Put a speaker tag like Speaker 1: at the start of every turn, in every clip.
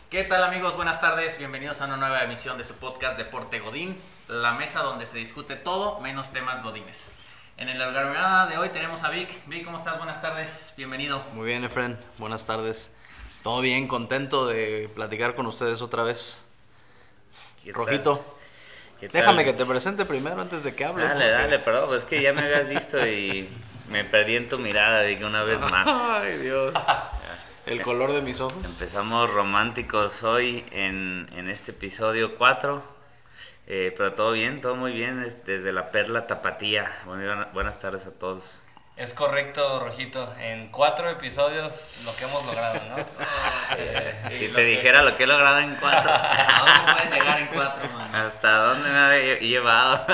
Speaker 1: ¿Qué tal amigos? Buenas tardes, bienvenidos a una nueva emisión de su podcast Deporte Godín, la mesa donde se discute todo menos temas godines. En el algarabía de hoy tenemos a Vic. Vic, ¿cómo estás? Buenas tardes, bienvenido.
Speaker 2: Muy bien, Efren, buenas tardes. Todo bien, contento de platicar con ustedes otra vez. Rojito, déjame que te presente primero antes de que hables.
Speaker 3: Dale, perdón, pues es que ya me habías visto y me perdí en tu mirada de que una vez más.
Speaker 2: Ay, Dios. El color de mis ojos.
Speaker 3: Empezamos románticos hoy en este episodio 4, pero todo bien, todo muy bien, desde la Perla Tapatía. Buenas tardes a todos.
Speaker 4: Es correcto, Rojito, en 4 episodios lo que hemos logrado, ¿no?
Speaker 3: Si te dijera lo que he logrado en 4.
Speaker 1: ¿A dónde puedes llegar en 4, man?
Speaker 3: ¿Hasta dónde me ha llevado?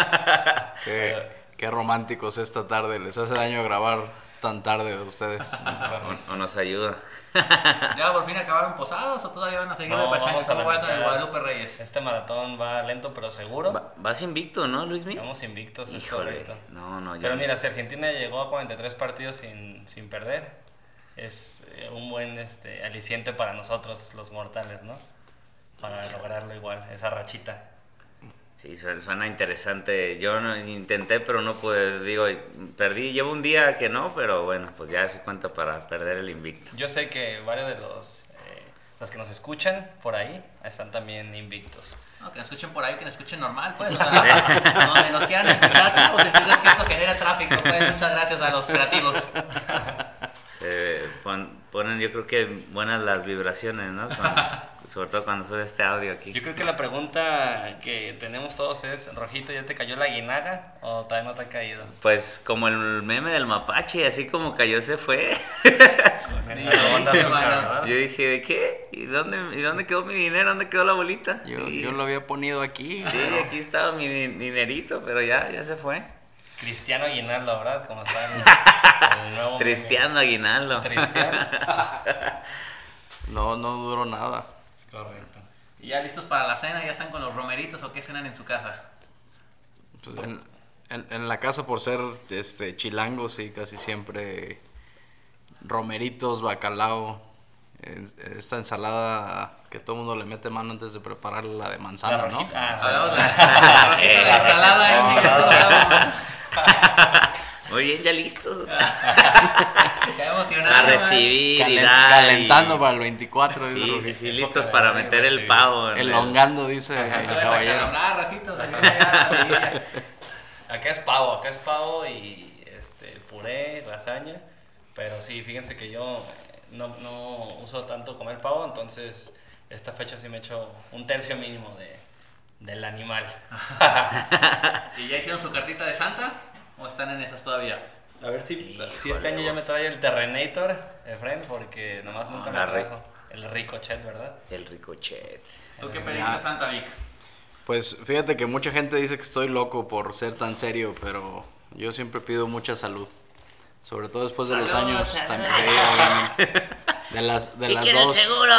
Speaker 2: Qué románticos esta tarde. Les hace daño grabar tan tarde a ustedes.
Speaker 3: O nos ayuda.
Speaker 1: ¿Ya por fin acabaron posados o todavía van a seguir de pachanga?
Speaker 4: Vamos a
Speaker 1: ¿Cómo
Speaker 4: la
Speaker 1: va con el
Speaker 4: mitad.
Speaker 1: Guadalupe Reyes?
Speaker 4: Este maratón va lento pero seguro.
Speaker 3: Vas invicto, ¿no, Luismi?
Speaker 4: Vamos invictos, es
Speaker 3: Híjole,
Speaker 4: correcto.
Speaker 3: no, ya.
Speaker 4: Pero mira, si Argentina llegó a 43 partidos sin perder, es un buen aliciente para nosotros, los mortales, ¿no? Para lograrlo igual, esa rachita.
Speaker 3: Sí, suena interesante. Yo intenté, pero no pude. Digo, perdí. Llevo un día que no, pero bueno, pues ya se cuenta para perder el invicto.
Speaker 4: Yo sé que varios de los que nos escuchan por ahí están también invictos.
Speaker 1: No, que nos escuchen por ahí, que nos escuchen normal, pues. O sea, donde nos quieran escuchar, chavos. El chiste es que esto genera tráfico, pues. Muchas gracias a los creativos.
Speaker 3: Se ponen, yo creo que buenas las vibraciones, ¿no? Sobre todo cuando sube este audio aquí.
Speaker 4: Yo creo que la pregunta que tenemos todos es, Rojito, ¿ya te cayó la guinaga o todavía no te ha caído?
Speaker 3: Pues como el meme del mapache, así como cayó se fue.
Speaker 4: La onda azúcar, ¿verdad?
Speaker 3: Yo dije, ¿de qué? ¿Y dónde quedó mi dinero? ¿Dónde quedó la bolita?
Speaker 2: Yo lo había ponido aquí.
Speaker 3: Sí, aquí estaba mi dinerito, pero ya se fue.
Speaker 4: Cristiano Aguinaldo, ¿verdad? Como está en el nuevo
Speaker 3: Cristiano Aguinaldo.
Speaker 4: meme. Cristiano.
Speaker 2: No duró nada.
Speaker 4: Correcto.
Speaker 1: ¿Y ya listos para la cena? ¿Ya están con los romeritos o qué cenan en su casa?
Speaker 2: Pues en la casa, por ser chilangos, sí, casi siempre romeritos, bacalao, esta ensalada que todo el mundo le mete mano antes de preparar la de manzana,
Speaker 4: La
Speaker 2: ¿no?
Speaker 4: rojita.
Speaker 1: Hablamos de la ensalada en este programa.
Speaker 3: Muy bien, ya listos.
Speaker 1: Qué emocionado.
Speaker 3: A recibir y dar.
Speaker 2: Calentando para el 24. dice
Speaker 3: Sí,
Speaker 2: Rojito.
Speaker 3: sí, listos para meter el pavo.
Speaker 2: Elongando, dice el
Speaker 1: Caballero.
Speaker 2: caballero.
Speaker 1: Rajitos, ya.
Speaker 4: Acá es pavo y puré, lasaña. Pero sí, fíjense que yo no uso tanto comer pavo, entonces esta fecha sí me echo un tercio mínimo del animal.
Speaker 1: ¿Y ya hicieron su cartita de Santa? ¿O están en esas todavía?
Speaker 4: A ver si
Speaker 3: Híjole,
Speaker 4: este año ya me trae el Terrenator, Efren, porque nomás nunca me
Speaker 3: la
Speaker 4: trajo el Ricochet, ¿verdad?
Speaker 3: El ricochet.
Speaker 1: ¿Tú qué pediste a Santa, Vic?
Speaker 2: Pues fíjate que mucha gente dice que estoy loco por ser tan serio, pero yo siempre pido mucha salud. Sobre todo después de los
Speaker 3: Salud,
Speaker 2: años
Speaker 3: salud.
Speaker 2: tan obviamente. De las dos.
Speaker 3: seguro!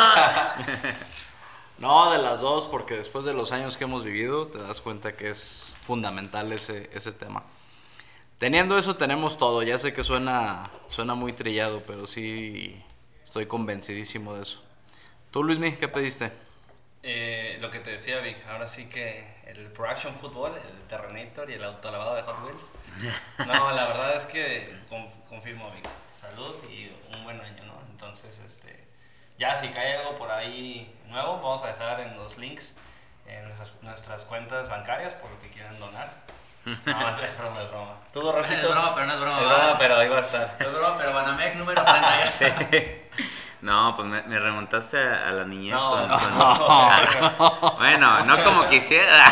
Speaker 2: No, de las dos, porque después de los años que hemos vivido, te das cuenta que es fundamental ese tema. Teniendo eso tenemos todo. Ya sé que suena muy trillado, pero sí estoy convencidísimo de eso. ¿Tú, Luismi, qué pediste?
Speaker 4: Lo que te decía, Vic, ahora sí que el Pro Action Football, el Terrenator y el autolavado de Hot Wheels. No, la verdad es que confirmo, Vic, salud y un buen año, ¿no? Entonces, ya si cae algo por ahí nuevo, vamos a dejar en los links en nuestras cuentas bancarias por lo que quieran donar. No, es broma. ¿Tú, Rojito?
Speaker 1: Es broma, pero no es broma.
Speaker 4: Es broma, pero ahí va a estar.
Speaker 1: Es broma, pero Banamex número 30 ya.
Speaker 3: Sí. No, pues me remontaste a la niñez.
Speaker 4: No,
Speaker 3: con- Bueno, no como quisiera.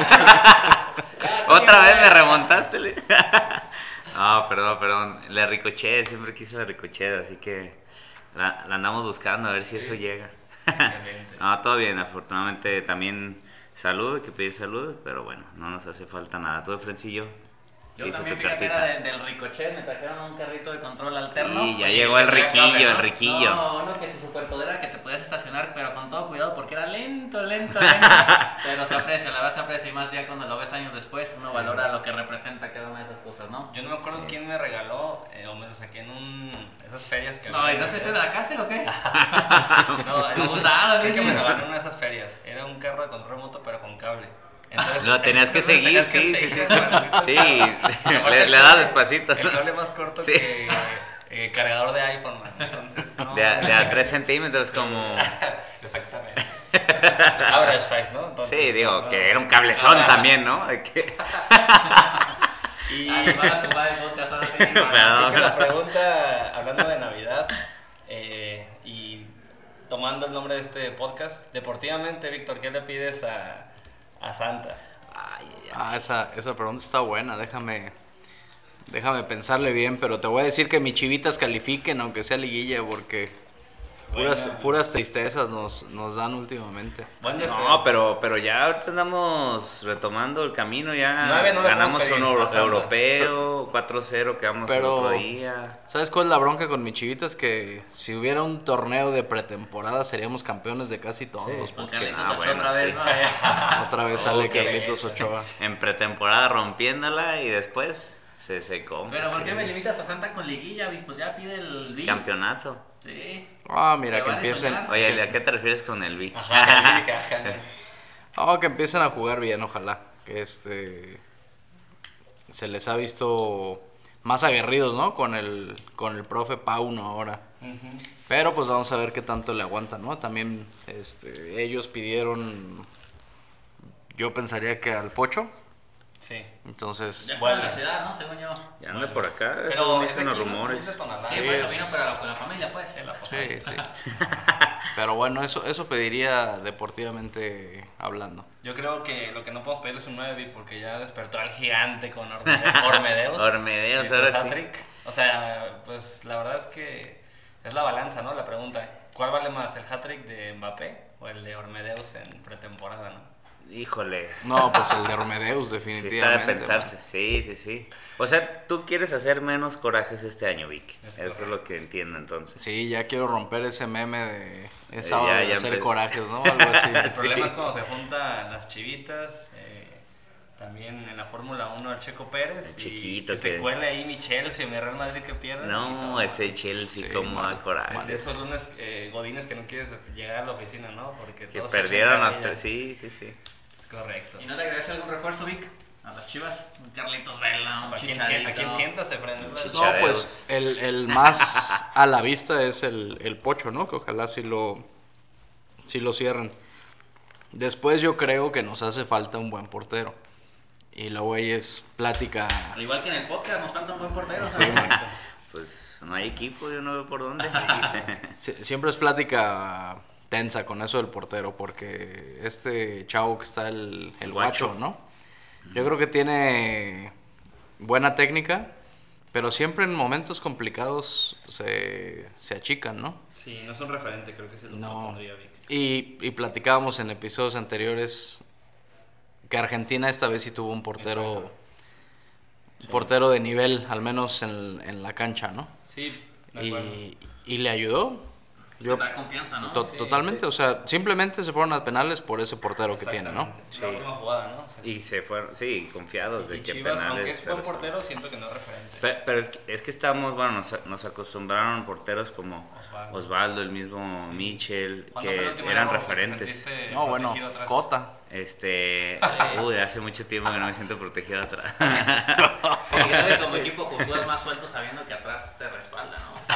Speaker 3: Otra vez me remontaste. No, perdón. La Ricochet, siempre quise la Ricochet, así que la andamos buscando a ver si eso llega.
Speaker 4: Excelente.
Speaker 3: No, todo bien, afortunadamente también salud, hay que pedir salud, pero bueno, no nos hace falta nada. ¿Tú, Frencillo?
Speaker 1: Yo
Speaker 3: hizo
Speaker 1: también,
Speaker 3: tu
Speaker 1: fíjate,
Speaker 3: cartita.
Speaker 1: era del Ricochet, me trajeron un carrito de control alterno.
Speaker 3: Y ya
Speaker 1: Oye,
Speaker 3: llegó
Speaker 1: que
Speaker 3: el
Speaker 1: tenía
Speaker 3: riquillo,
Speaker 1: cable, ¿no?
Speaker 3: el riquillo.
Speaker 1: No, uno que su superpoder era que te podías estacionar, pero con todo cuidado porque era lento. Pero se aprecia, la verdad se aprecia, y más ya cuando lo ves años después, uno valora lo que representa cada una de esas cosas, ¿no?
Speaker 4: Yo no me acuerdo quién me regaló, o me lo saqué en esas ferias que
Speaker 1: No,
Speaker 4: había.
Speaker 1: ¿y no te de la cárcel o qué?
Speaker 4: No,
Speaker 1: Abusado,
Speaker 4: es que me
Speaker 1: Luis.
Speaker 4: regalaron en esas ferias. Era un carro de control remoto, pero con cable. Entonces,
Speaker 3: Lo tenías que seguir,
Speaker 4: tenías que
Speaker 3: sí.
Speaker 4: seguir.
Speaker 3: Sí,
Speaker 4: Aparte,
Speaker 3: le das despacito.
Speaker 4: El cable más corto
Speaker 3: Sí.
Speaker 4: que cargador de iPhone, man. Entonces, no.
Speaker 3: De a 3 centímetros como...
Speaker 4: Exactamente. Average size, ¿no? Entonces,
Speaker 3: Sí, digo,
Speaker 4: no.
Speaker 3: que era un cablezón también, ¿no? De que-
Speaker 4: Y
Speaker 1: Ay, van a tumbar el podcast ahora sí.
Speaker 3: Perdón.
Speaker 4: creo que la pregunta, hablando de Navidad, y tomando el nombre de este podcast, deportivamente, Víctor, ¿qué le pides a Santa?
Speaker 3: Ay, ay,
Speaker 2: Esa pregunta está buena, déjame pensarle bien, pero te voy a decir que mis Chivitas califiquen, aunque sea liguilla, porque
Speaker 4: Buena.
Speaker 2: puras tristezas nos dan últimamente.
Speaker 4: Buen deseo.
Speaker 3: No, pero ya ahorita andamos retomando el camino, ya
Speaker 4: 9 no le
Speaker 3: ganamos
Speaker 4: podemos
Speaker 3: un
Speaker 4: pedir a Santa.
Speaker 3: europeo, 4-0 quedamos el
Speaker 2: Pero-
Speaker 3: otro día.
Speaker 2: ¿Sabes cuál es la bronca con mis Chivitas? Que si hubiera un torneo de pretemporada seríamos campeones de casi todos.
Speaker 1: Con
Speaker 2: Porque
Speaker 1: Carlitos
Speaker 3: Ah,
Speaker 1: Ochoa
Speaker 3: bueno,
Speaker 1: otra vez,
Speaker 3: sí.
Speaker 1: ¿no?
Speaker 2: otra vez sale
Speaker 3: Ok.
Speaker 2: Carlitos Ochoa.
Speaker 3: En pretemporada rompiéndola y después se secó.
Speaker 1: Pero ¿por qué
Speaker 3: Sí.
Speaker 1: me limitas a Santa con liguilla, Vic? Pues ya pide el Vic.
Speaker 3: Campeonato.
Speaker 1: Sí.
Speaker 2: Mira,
Speaker 1: Se
Speaker 2: que
Speaker 1: vale
Speaker 2: empiecen.
Speaker 1: soñar.
Speaker 3: Oye, ¿a qué te refieres con el B?
Speaker 4: Ajá, dije, ajá.
Speaker 2: Que empiecen a jugar bien, ojalá. Que se les ha visto más aguerridos, ¿no? Con el profe Pauno ahora. Pero pues vamos a ver qué tanto le aguantan, ¿no? También ellos pidieron, yo pensaría que al Pocho.
Speaker 4: Sí.
Speaker 2: Entonces,
Speaker 1: Ya está
Speaker 4: Bueno.
Speaker 1: en la ciudad, ¿no? Según yo.
Speaker 3: Ya anda por acá,
Speaker 4: Pero
Speaker 3: eso
Speaker 4: es de
Speaker 3: dicen los
Speaker 4: aquí, ¿no?
Speaker 3: rumores.
Speaker 4: Es de Tonalá.
Speaker 1: Sí,
Speaker 2: Sí,
Speaker 1: por eso
Speaker 2: es-
Speaker 1: vino, pero con la familia, pues.
Speaker 4: En la posada.
Speaker 2: sí, sí. Pero bueno, eso pediría deportivamente hablando.
Speaker 4: Yo creo que lo que no podemos pedir es un 9 porque ya despertó al gigante con Ormedeos.
Speaker 3: Ormedeos,
Speaker 4: Y su
Speaker 3: ahora sí.
Speaker 4: hat-trick. O sea, pues la verdad es que es la balanza, ¿no? La pregunta, ¿cuál vale más, el hat-trick de Mbappé o el de Ormedeos en pretemporada, no?
Speaker 3: Híjole.
Speaker 2: No, pues el de Ormedeus,
Speaker 3: Sí está de
Speaker 2: definitivamente.
Speaker 3: pensarse. Sí. O sea, tú quieres hacer menos corajes este año, Vic.
Speaker 4: Es
Speaker 3: Eso es lo que entiendo entonces.
Speaker 2: Sí, ya quiero romper ese meme de es sábado
Speaker 3: ya
Speaker 2: de hacer
Speaker 3: empe-
Speaker 2: corajes, ¿no? Algo así.
Speaker 4: El problema
Speaker 3: Sí.
Speaker 4: es cuando se juntan las chivitas, también en la Fórmula 1 el Checo Pérez.
Speaker 3: El
Speaker 4: y
Speaker 3: Chequito
Speaker 4: que se
Speaker 3: que-
Speaker 4: cuele ahí mi Chelsea o mi Real Madrid que pierden.
Speaker 3: No, ese Chelsea,
Speaker 2: Sí,
Speaker 3: como da
Speaker 2: mal,
Speaker 3: coraje.
Speaker 4: De esos lunes godines que no quieres llegar a la oficina, ¿no? Porque
Speaker 3: Que
Speaker 4: todos te
Speaker 3: perdieron
Speaker 4: echan
Speaker 3: hasta...
Speaker 4: carrilla.
Speaker 3: Sí.
Speaker 4: Es correcto.
Speaker 1: ¿Y no le agregas algún refuerzo, Vic? A las Chivas. Un Carlitos Vela, un
Speaker 4: ¿A quién,
Speaker 1: Chicharito.
Speaker 4: ¿A quién sientas, Efraín?
Speaker 2: No, pues el más a la vista es el Pocho, ¿no? Que ojalá sí lo cierren. Después yo creo que nos hace falta un buen portero. Y luego ahí es plática.
Speaker 1: Al igual que en el podcast, nos falta un buen portero.
Speaker 2: Sí,
Speaker 1: ¿sabes?
Speaker 3: Pues no hay equipo, yo no veo por dónde.
Speaker 2: Siempre es plática tensa con eso del portero, porque este chavo que está el
Speaker 3: Guacho.
Speaker 2: Guacho, ¿no? Yo creo que tiene buena técnica, pero siempre en momentos complicados se achican, ¿no?
Speaker 4: Sí, no es un referente, creo que se lo
Speaker 2: No.
Speaker 4: pondría Vic.
Speaker 2: Y platicábamos en episodios anteriores que Argentina esta vez sí tuvo un portero, portero de nivel, al menos en la cancha, ¿no?
Speaker 4: Sí, de acuerdo.
Speaker 2: Y le ayudó.
Speaker 1: Te da confianza, ¿no?
Speaker 2: To- totalmente, o sea, simplemente se fueron a penales por ese portero que tiene, ¿no?
Speaker 4: Exactamente. La última jugada, ¿no? O sea,
Speaker 3: Y se fueron, sí, confiados de
Speaker 4: y
Speaker 3: que
Speaker 4: Chivas,
Speaker 3: penales...
Speaker 4: aunque es buen
Speaker 3: pero-
Speaker 4: portero, siento que no es referente.
Speaker 3: Pero es que estamos, bueno, nos acostumbraron porteros como Osvaldo, el mismo Michel,
Speaker 4: ¿Cuándo fue la
Speaker 3: que
Speaker 4: última
Speaker 3: eran
Speaker 4: vez que te
Speaker 3: referentes.
Speaker 4: sentiste
Speaker 2: No, bueno,
Speaker 4: protegido atrás?
Speaker 2: Cota.
Speaker 3: Hace mucho tiempo que no me siento protegido atrás.
Speaker 1: Sí, creo que como equipo justo más suelto sabiendo que atrás te respalda,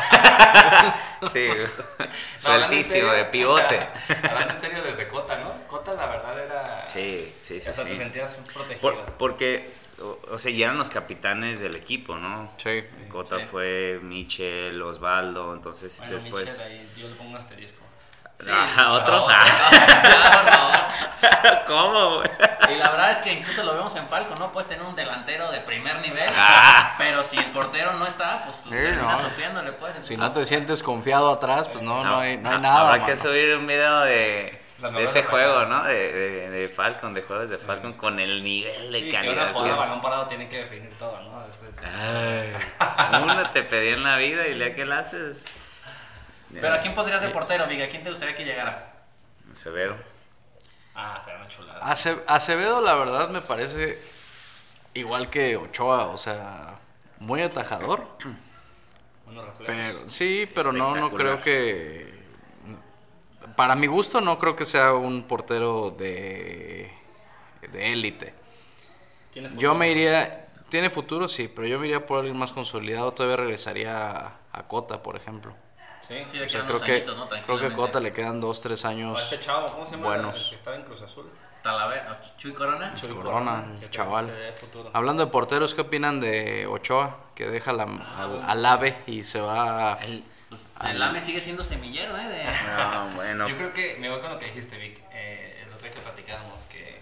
Speaker 1: ¿no?
Speaker 3: Sí,
Speaker 4: No, hablando en
Speaker 3: sueltísimo,
Speaker 4: serio,
Speaker 3: de pivote.
Speaker 4: Hablando en serio desde Cota, ¿no? Cota la verdad era...
Speaker 3: Sí.
Speaker 4: O sea, te sentías protegido.
Speaker 3: Porque, o sea, ya eran los capitanes del equipo, ¿no?
Speaker 2: Sí.
Speaker 3: Cota
Speaker 4: sí.
Speaker 3: fue Michel, Osvaldo, entonces
Speaker 4: Bueno,
Speaker 3: después...
Speaker 4: Michel, ahí yo le pongo un asterisco.
Speaker 3: ¿Otro?
Speaker 1: Claro, no.
Speaker 3: ¿Cómo, güey?
Speaker 1: Y la verdad es que incluso lo vemos en Falco, ¿no? Puedes tener un delantero de primer nivel, pero si el portero no está, pues terminas
Speaker 2: no.
Speaker 1: sufriéndole, pues.
Speaker 2: Si no te sientes confiado atrás, pues no hay nada.
Speaker 3: Habrá que
Speaker 2: mano.
Speaker 3: subir un video de
Speaker 4: Las
Speaker 3: de
Speaker 4: novelas
Speaker 3: ese
Speaker 4: de
Speaker 3: juego,
Speaker 4: Falcons.
Speaker 3: ¿no? De Falcon, de juegos de Falcon, con el nivel de
Speaker 4: Sí, que
Speaker 3: calidad
Speaker 4: una jugada a
Speaker 3: que es.
Speaker 4: balón parado tiene que definir todo, ¿no?
Speaker 3: Ay, uno te pedí en la vida y ya que la haces.
Speaker 1: Pero ¿a quién pondrías de portero, Vic? ¿A quién te gustaría que llegara?
Speaker 3: Severo.
Speaker 4: Será una chulada.
Speaker 2: Acevedo, la verdad, me parece igual que Ochoa, o sea, muy atajador.
Speaker 4: Unos reflejos.
Speaker 2: Pero, sí, pero no
Speaker 3: Espectacular.
Speaker 2: creo que... Para mi gusto, no creo que sea un portero de élite.
Speaker 4: ¿Tiene futuro?
Speaker 2: Yo me iría... Tiene futuro, sí, pero yo me iría por alguien más consolidado. Todavía regresaría a Cota, por ejemplo.
Speaker 4: Sí,
Speaker 1: Sí, le
Speaker 2: O sea,
Speaker 1: quedan
Speaker 2: creo
Speaker 1: unos
Speaker 2: que,
Speaker 1: añitos, ¿no?
Speaker 2: creo que a
Speaker 1: Tranquilamente.
Speaker 2: Cota le quedan 2-3
Speaker 4: O
Speaker 2: años
Speaker 4: este chavo, ¿cómo se llama?
Speaker 2: buenos.
Speaker 4: El que estaba en Cruz Azul.
Speaker 1: Talavera, Chuy Corona.
Speaker 4: Chuy
Speaker 2: Corona,
Speaker 4: que
Speaker 2: chaval.
Speaker 4: se ve futuro.
Speaker 2: Hablando de porteros, ¿qué opinan de Ochoa? Que deja al AVE y se va...
Speaker 1: Pues el AME sigue siendo semillero, ¿eh?
Speaker 3: No, bueno.
Speaker 4: Yo creo que me voy con lo que dijiste, Vic. El otro día que platicábamos, que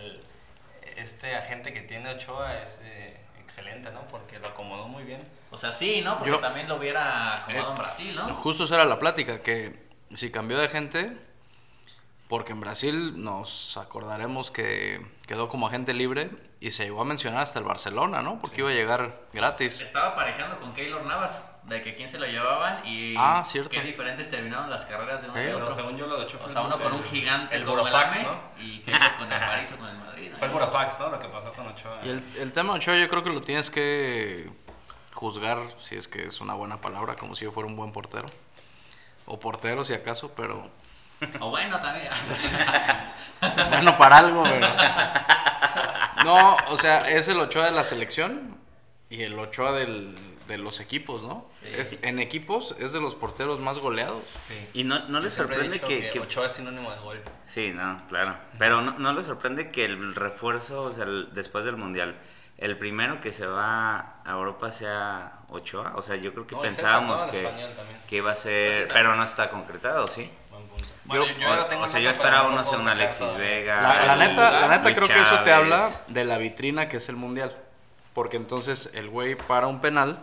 Speaker 4: este agente que tiene Ochoa es excelente, ¿no? Porque lo acomodó muy bien.
Speaker 1: O sea, sí, ¿no? Porque
Speaker 2: Yo-
Speaker 1: también lo hubiera acomodado en Brasil, ¿no?
Speaker 2: Justo esa era la plática, que si cambió de gente, porque en Brasil nos acordaremos que quedó como agente libre y se llegó a mencionar hasta el Barcelona, ¿no? Porque iba a llegar gratis.
Speaker 1: Estaba aparejando con Keylor Navas, de que quién se lo llevaban y
Speaker 2: Cierto.
Speaker 1: qué diferentes terminaron las carreras de uno y
Speaker 4: Pero
Speaker 1: otro.
Speaker 4: según yo lo de Ochoa
Speaker 1: O
Speaker 4: fue
Speaker 1: sea, uno con un
Speaker 4: el-
Speaker 1: gigante
Speaker 4: el
Speaker 1: como
Speaker 4: Burofax,
Speaker 1: AME,
Speaker 4: ¿no?
Speaker 1: y Keylor con el París o con el Madrid, ¿no?
Speaker 4: Fue el Burofax, ¿no? Lo que pasó con Ochoa.
Speaker 2: Y el tema de Ochoa yo creo que lo tienes que juzgar, si es que es una buena palabra, como si yo fuera un buen portero. O portero si acaso, pero
Speaker 1: O bueno, también.
Speaker 2: bueno, para algo, pero... No, o sea, es el Ochoa de la selección y el Ochoa de los equipos, ¿no?
Speaker 1: Sí.
Speaker 2: En equipos es de los porteros más goleados.
Speaker 4: Sí.
Speaker 3: ¿Y no
Speaker 4: Yo
Speaker 3: les
Speaker 4: siempre he
Speaker 3: sorprende
Speaker 4: dicho
Speaker 3: que...
Speaker 4: Ochoa es sinónimo de gol.
Speaker 3: Sí, no, claro. Pero no les sorprende que el refuerzo, o sea, después del Mundial, el primero que se va a Europa sea Ochoa. O sea, yo creo que
Speaker 4: No, es
Speaker 3: pensábamos
Speaker 4: esa, ¿no? El
Speaker 3: que,
Speaker 4: español también.
Speaker 3: que iba a ser... Pero no está concretado, ¿sí?
Speaker 4: Buen punto. Bueno, yo lo tengo
Speaker 3: O
Speaker 4: en
Speaker 3: sea, yo
Speaker 4: nota,
Speaker 3: esperaba
Speaker 4: pero
Speaker 3: no
Speaker 4: no
Speaker 3: sé,
Speaker 4: puedo
Speaker 3: un
Speaker 4: sacar
Speaker 3: Alexis
Speaker 4: todavía.
Speaker 3: Vega.
Speaker 2: La neta
Speaker 3: Luis
Speaker 2: creo que eso te habla
Speaker 3: Chávez.
Speaker 2: de la vitrina que es el Mundial. Porque entonces el güey para un penal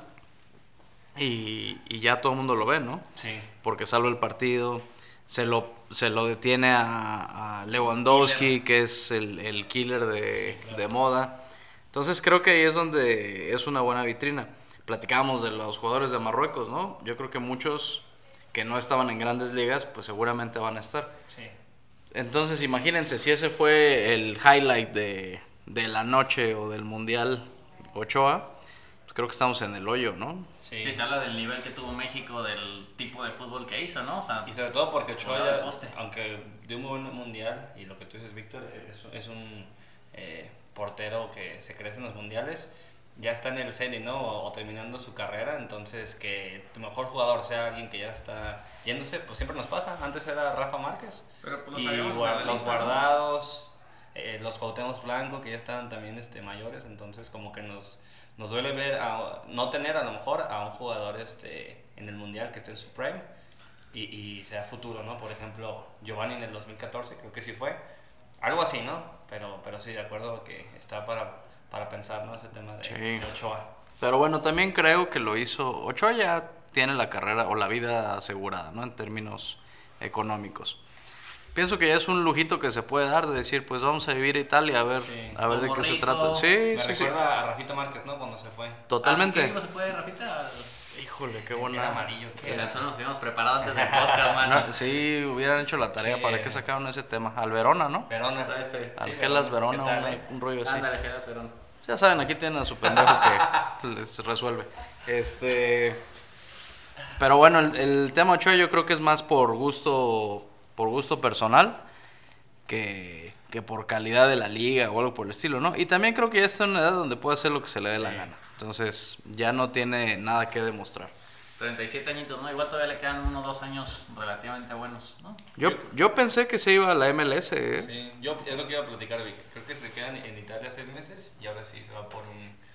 Speaker 2: y ya todo el mundo lo ve, ¿no?
Speaker 4: Sí.
Speaker 2: Porque salva el partido, se lo detiene a Lewandowski, que es el killer de moda. Entonces creo que ahí es donde es una buena vitrina. Platicábamos de los jugadores de Marruecos, ¿no? Yo creo que muchos que no estaban en grandes ligas, pues seguramente van a estar.
Speaker 4: Sí.
Speaker 2: Entonces imagínense si ese fue el highlight de la noche o del Mundial Ochoa, pues creo que estamos en el hoyo, ¿no?
Speaker 4: Sí.
Speaker 1: Sí, te habla del nivel que tuvo México, del tipo de fútbol que hizo, ¿no? O sea,
Speaker 4: Y sobre todo porque Ochoa,
Speaker 1: Jugada de
Speaker 4: ya,
Speaker 1: poste.
Speaker 4: aunque dio un muy buen mundial, y lo que tú dices, Víctor, es un portero que se crece en los mundiales, ya está en el serie, ¿no? O terminando su carrera, entonces que tu mejor jugador sea alguien que ya está yéndose, pues siempre nos pasa. Antes era Rafa Márquez,
Speaker 1: pero pues
Speaker 4: y
Speaker 1: lo sabíamos
Speaker 4: los
Speaker 1: lista, ¿no?
Speaker 4: Guardados, los Cuauhtémoc Blanco, que ya estaban también mayores, entonces como que nos duele ver, no tener a lo mejor a un jugador en el mundial que esté en su prime y sea futuro, ¿no? Por ejemplo, Giovanni en el 2014, creo que sí fue. Algo así, ¿no? Pero sí, de acuerdo que está para pensar, ¿no? Ese tema de,
Speaker 2: Sí.
Speaker 4: de Ochoa.
Speaker 2: Pero bueno, también creo que lo hizo. Ochoa ya tiene la carrera o la vida asegurada, ¿no? En términos económicos. Pienso que ya es un lujito que se puede dar de decir, pues vamos a vivir a Italia a ver,
Speaker 4: Sí.
Speaker 2: a ver de
Speaker 1: Como
Speaker 2: qué se
Speaker 1: rico.
Speaker 2: trata. Sí,
Speaker 4: Me
Speaker 2: sí, sí.
Speaker 4: recuerda a Rafito Márquez, ¿no? Cuando se fue.
Speaker 2: Totalmente.
Speaker 1: ¿Qué equipo se fue, Rafita?
Speaker 2: Híjole, qué
Speaker 4: Era
Speaker 2: buena.
Speaker 4: amarillo.
Speaker 1: Que
Speaker 4: ¿Qué era?
Speaker 1: eso nos habíamos preparado antes del podcast, mano.
Speaker 2: No, sí, hubieran hecho la tarea.
Speaker 4: Sí.
Speaker 2: ¿Para qué sacaron ese tema? Al Verona, ¿no?
Speaker 4: Verona.
Speaker 1: Sí,
Speaker 2: Algelas Verona,
Speaker 4: ¿Qué tal,
Speaker 2: un rollo así.
Speaker 1: Ándale, Geras Verón.
Speaker 2: Ya saben, aquí tienen a su pendejo que les resuelve. Pero bueno, el tema Ochoa yo creo que es más por gusto personal que por calidad de la liga o algo por el estilo, ¿no? Y también creo que ya está en una edad donde puede hacer lo que se le dé la gana. Entonces, ya no tiene nada que demostrar.
Speaker 1: 37 añitos, ¿no? Igual todavía le quedan 1 o 2 años relativamente buenos, ¿no?
Speaker 2: Yo pensé que se iba a la MLS, ¿eh?
Speaker 4: Sí, yo es lo que iba a platicar, Vic. Creo que se quedan en Italia 6 meses y ahora sí se va por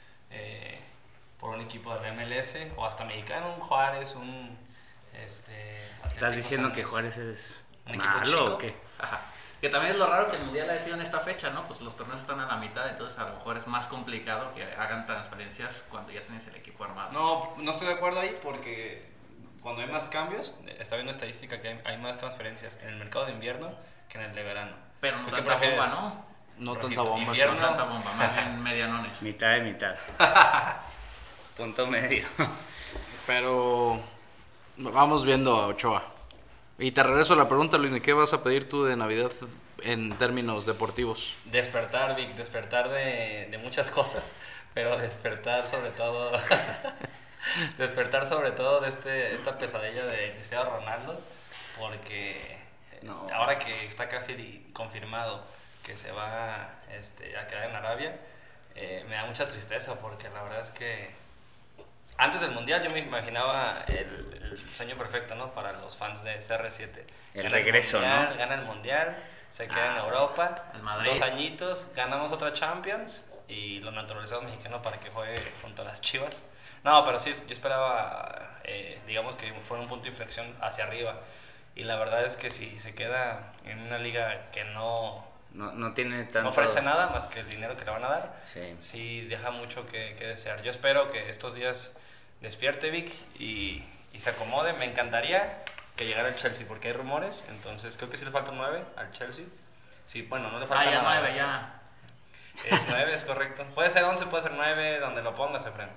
Speaker 4: un equipo de la MLS o hasta mexicano, un Juárez,
Speaker 3: ¿Estás
Speaker 4: Atlético
Speaker 3: diciendo
Speaker 4: San
Speaker 3: que
Speaker 4: Luis.
Speaker 3: Juárez es
Speaker 4: ¿Un equipo
Speaker 3: malo
Speaker 4: chico?
Speaker 3: o qué?
Speaker 1: Ajá. Que también es lo raro que el Mundial haya sido en esta fecha, ¿no? Pues los torneos están a la mitad, entonces a lo mejor es más complicado que hagan transferencias cuando ya tienes el equipo armado.
Speaker 4: No estoy de acuerdo ahí porque cuando hay más cambios, está viendo estadística que hay más transferencias en el mercado de invierno que en el de verano.
Speaker 1: Pero no
Speaker 4: ¿Tú qué
Speaker 1: tanta bomba,
Speaker 4: prefieres?
Speaker 1: ¿no?
Speaker 2: No
Speaker 4: Rojito.
Speaker 2: tanta bomba.
Speaker 4: Invierno.
Speaker 1: No tanta bomba, más bien medianones.
Speaker 3: Mitad de mitad. Punto medio.
Speaker 2: Pero vamos viendo a Ochoa. Y te regreso a la pregunta, Luis, ¿qué vas a pedir tú de Navidad en términos deportivos?
Speaker 4: Despertar, Vic, despertar de muchas cosas, pero despertar sobre todo, despertar sobre todo de esta pesadilla de Cristiano Ronaldo, porque
Speaker 3: No.
Speaker 4: ahora que está casi confirmado que se va a quedar en Arabia, me da mucha tristeza, porque la verdad es que antes del Mundial yo me imaginaba el sueño perfecto, ¿no? Para los fans de CR7.
Speaker 3: El
Speaker 4: Gana
Speaker 3: regreso,
Speaker 4: mundial,
Speaker 3: ¿no?
Speaker 4: Gana el Mundial, se queda en Europa,
Speaker 1: el Madrid.
Speaker 4: 2 añitos, ganamos otra Champions y lo naturalizamos mexicano para que juegue junto a las Chivas. No, pero sí, yo esperaba, digamos que fuera un punto de inflexión hacia arriba. Y la verdad es que si se queda en una liga que
Speaker 3: No tiene tanto...
Speaker 4: no ofrece nada más que el dinero que le van a dar,
Speaker 3: Sí.
Speaker 4: sí deja mucho que desear. Yo espero que estos días despierte Vic y se acomode. Me encantaría que llegara el Chelsea porque hay rumores, entonces creo que sí le falta un 9 al Chelsea. Sí, bueno, no le falta
Speaker 1: Ya
Speaker 4: nada.
Speaker 1: 9, ya.
Speaker 4: Es 9, es correcto. Puede ser 11, puede ser 9, donde lo pongas, Efraín.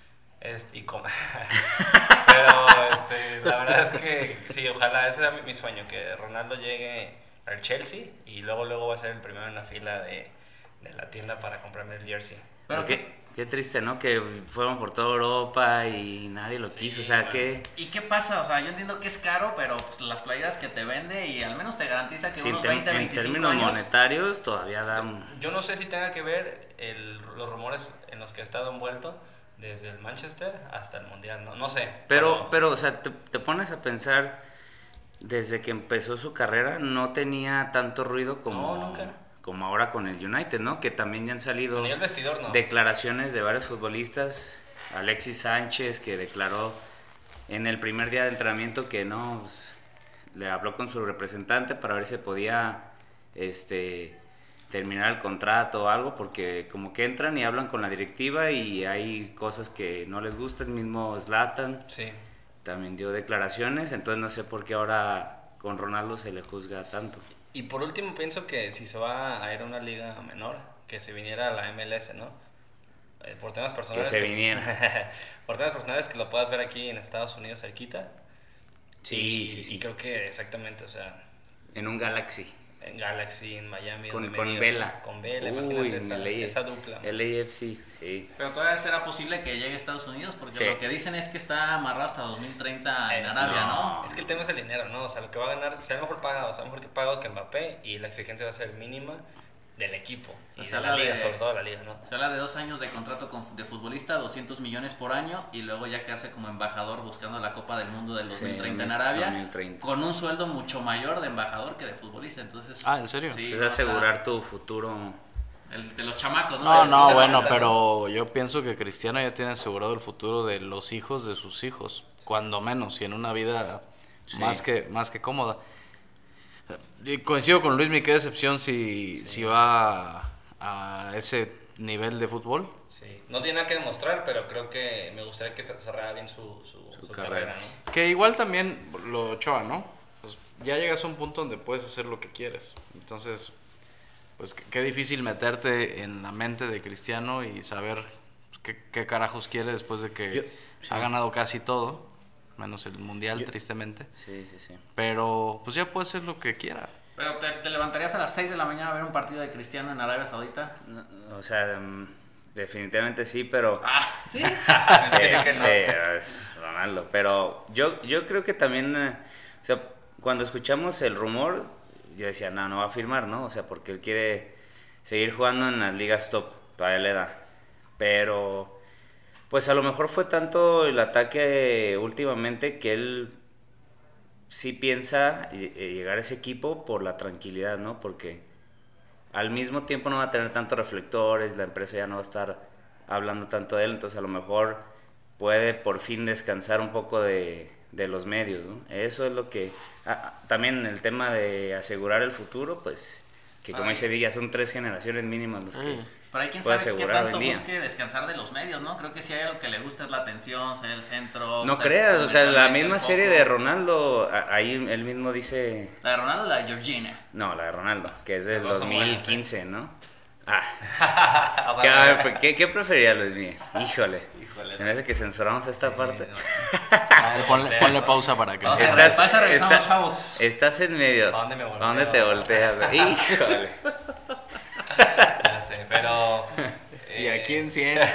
Speaker 4: Pero la verdad es que sí, ojalá, ese era mi sueño, que Ronaldo llegue al Chelsea y luego va a ser el primero en la fila de la tienda para comprarme el jersey.
Speaker 1: Pero
Speaker 3: Qué triste, ¿no? Que fueron por toda Europa y nadie lo quiso. O sea,
Speaker 4: bueno.
Speaker 3: que...
Speaker 1: ¿Y qué pasa? O sea, yo entiendo que es caro, pero pues, las playeras que te vende y al menos te garantiza que
Speaker 3: Sí,
Speaker 1: unos 20,
Speaker 3: en
Speaker 1: 25
Speaker 3: términos
Speaker 1: años...
Speaker 3: monetarios todavía dan...
Speaker 4: Yo no sé si tenga que ver los rumores en los que he estado envuelto desde el Manchester hasta el Mundial, no sé.
Speaker 3: Pero o sea, te pones a pensar, desde que empezó su carrera no tenía tanto ruido como,
Speaker 4: No, nunca.
Speaker 3: como ahora con el United, ¿no? Que también ya han salido
Speaker 4: A nivel vestidor, no.
Speaker 3: declaraciones de varios futbolistas. Alexis Sánchez, que declaró en el primer día de entrenamiento que no, pues, le habló con su representante para ver si podía terminar el contrato o algo, porque como que entran y hablan con la directiva y hay cosas que no les gusta. El mismo Zlatan
Speaker 4: Sí.
Speaker 3: también dio declaraciones, entonces no sé por qué ahora con Ronaldo se le juzga tanto.
Speaker 4: Y por último pienso que si se va a ir a una liga menor, que se viniera a la MLS, ¿no? Por temas personales.
Speaker 3: Que se viniera.
Speaker 4: Por temas personales que lo puedas ver aquí en Estados Unidos cerquita.
Speaker 3: Sí,
Speaker 4: Y-
Speaker 3: sí, sí.
Speaker 4: Y creo que exactamente, o sea,
Speaker 3: En un Galaxy.
Speaker 4: en Galaxy, en Miami.
Speaker 3: Con
Speaker 4: donde me digas,
Speaker 3: Vela.
Speaker 4: Con Vela,
Speaker 3: Uy,
Speaker 4: imagínate
Speaker 3: en
Speaker 4: esa dupla.
Speaker 3: LAFC, sí.
Speaker 1: Pero todavía será posible que llegue a Estados Unidos porque
Speaker 3: Sí.
Speaker 1: lo que dicen es que está amarrado hasta 2030 en
Speaker 4: Eso.
Speaker 1: Arabia, ¿no?
Speaker 4: Es que el tema es el dinero, ¿no? O sea, lo que va a ganar, sea mejor pagado, sea mejor que pagado que Mbappé, y la exigencia va a ser mínima del equipo y
Speaker 1: O sea,
Speaker 4: de la liga,
Speaker 1: de-
Speaker 4: sobre todo de la liga, ¿no?
Speaker 1: Se habla de 2 años de contrato de futbolista, 200 millones por año y luego ya quedarse como embajador buscando la Copa del Mundo del 2030 en
Speaker 3: en
Speaker 1: Arabia
Speaker 3: 2030.
Speaker 1: con un sueldo mucho mayor de embajador que de futbolista. Entonces,
Speaker 2: Ah, ¿en serio?
Speaker 1: sí,
Speaker 3: Es
Speaker 1: no,
Speaker 3: asegurar tu futuro.
Speaker 1: el de los chamacos, ¿no?
Speaker 2: No,
Speaker 1: El-
Speaker 2: no,
Speaker 1: el-
Speaker 2: bueno,
Speaker 1: el-
Speaker 2: pero yo pienso que Cristiano ya tiene asegurado el futuro de los hijos de sus hijos, cuando menos, y en una vida
Speaker 3: Sí.
Speaker 2: más que cómoda. Y coincido con Luis, qué decepción si va a ese nivel de fútbol.
Speaker 4: Sí. No tiene nada que demostrar, pero creo que me gustaría que cerrara bien su carrera, ¿no?
Speaker 2: Que igual también lo Ochoa, ¿no? Pues ya llegas a un punto donde puedes hacer lo que quieres. Entonces, pues qué difícil meterte en la mente de Cristiano y saber qué carajos quiere después de que ha ganado casi todo, menos el Mundial, tristemente.
Speaker 3: Sí, sí, sí.
Speaker 2: Pero pues ya puede hacer lo que quiera.
Speaker 1: Pero te levantarías a las 6 de la mañana a ver un partido de Cristiano en Arabia Saudita.
Speaker 3: No, o sea, definitivamente sí, pero...
Speaker 1: Ah, sí.
Speaker 3: Sí, sí, es Ronaldo. Pero yo creo que también, o sea, cuando escuchamos el rumor, yo decía, no va a firmar, ¿no? O sea, porque él quiere seguir jugando en las ligas top, todavía le da. Pero, pues a lo mejor fue tanto el ataque últimamente que él sí piensa llegar a ese equipo por la tranquilidad, ¿no? Porque al mismo tiempo no va a tener tantos reflectores, la empresa ya no va a estar hablando tanto de él, entonces a lo mejor puede por fin descansar un poco de los medios, ¿no? Eso es lo que... también el tema de asegurar el futuro, pues Que como dice Vicky, ya son 3 generaciones mínimas los que
Speaker 1: Pero hay quien
Speaker 3: puede
Speaker 1: sabe qué
Speaker 3: asegurar
Speaker 1: tanto
Speaker 3: hoy en día.
Speaker 1: busque descansar de los medios, ¿no? Creo que si hay algo que le gusta es la atención, ser el centro.
Speaker 3: No
Speaker 1: ser
Speaker 3: creas, o sea, la
Speaker 1: comercialmente
Speaker 3: misma
Speaker 1: el
Speaker 3: serie
Speaker 1: foco.
Speaker 3: de Ronaldo, ahí él mismo dice...
Speaker 1: La de Ronaldo o la de Georgina.
Speaker 3: No, la de Ronaldo, que es del
Speaker 4: Las dos son buenas,
Speaker 3: 2015, ¿no? Ah,
Speaker 4: O
Speaker 3: ¿qué,
Speaker 4: sea,
Speaker 3: a ver, ¿qué preferiría Luis Miguel? Híjole,
Speaker 4: Híjole.
Speaker 3: me hace que censuramos esta parte.
Speaker 2: A ver, ponle pausa para que...
Speaker 1: Vamos a
Speaker 3: Estás-
Speaker 1: pasa, regresamos,
Speaker 3: está-
Speaker 1: chavos.
Speaker 3: Estás en medio.
Speaker 4: ¿Pa' dónde me volteo?
Speaker 3: ¿Pa' dónde te volteas? Híjole.
Speaker 4: Ya sé, pero...
Speaker 2: ¿Y a quién siento?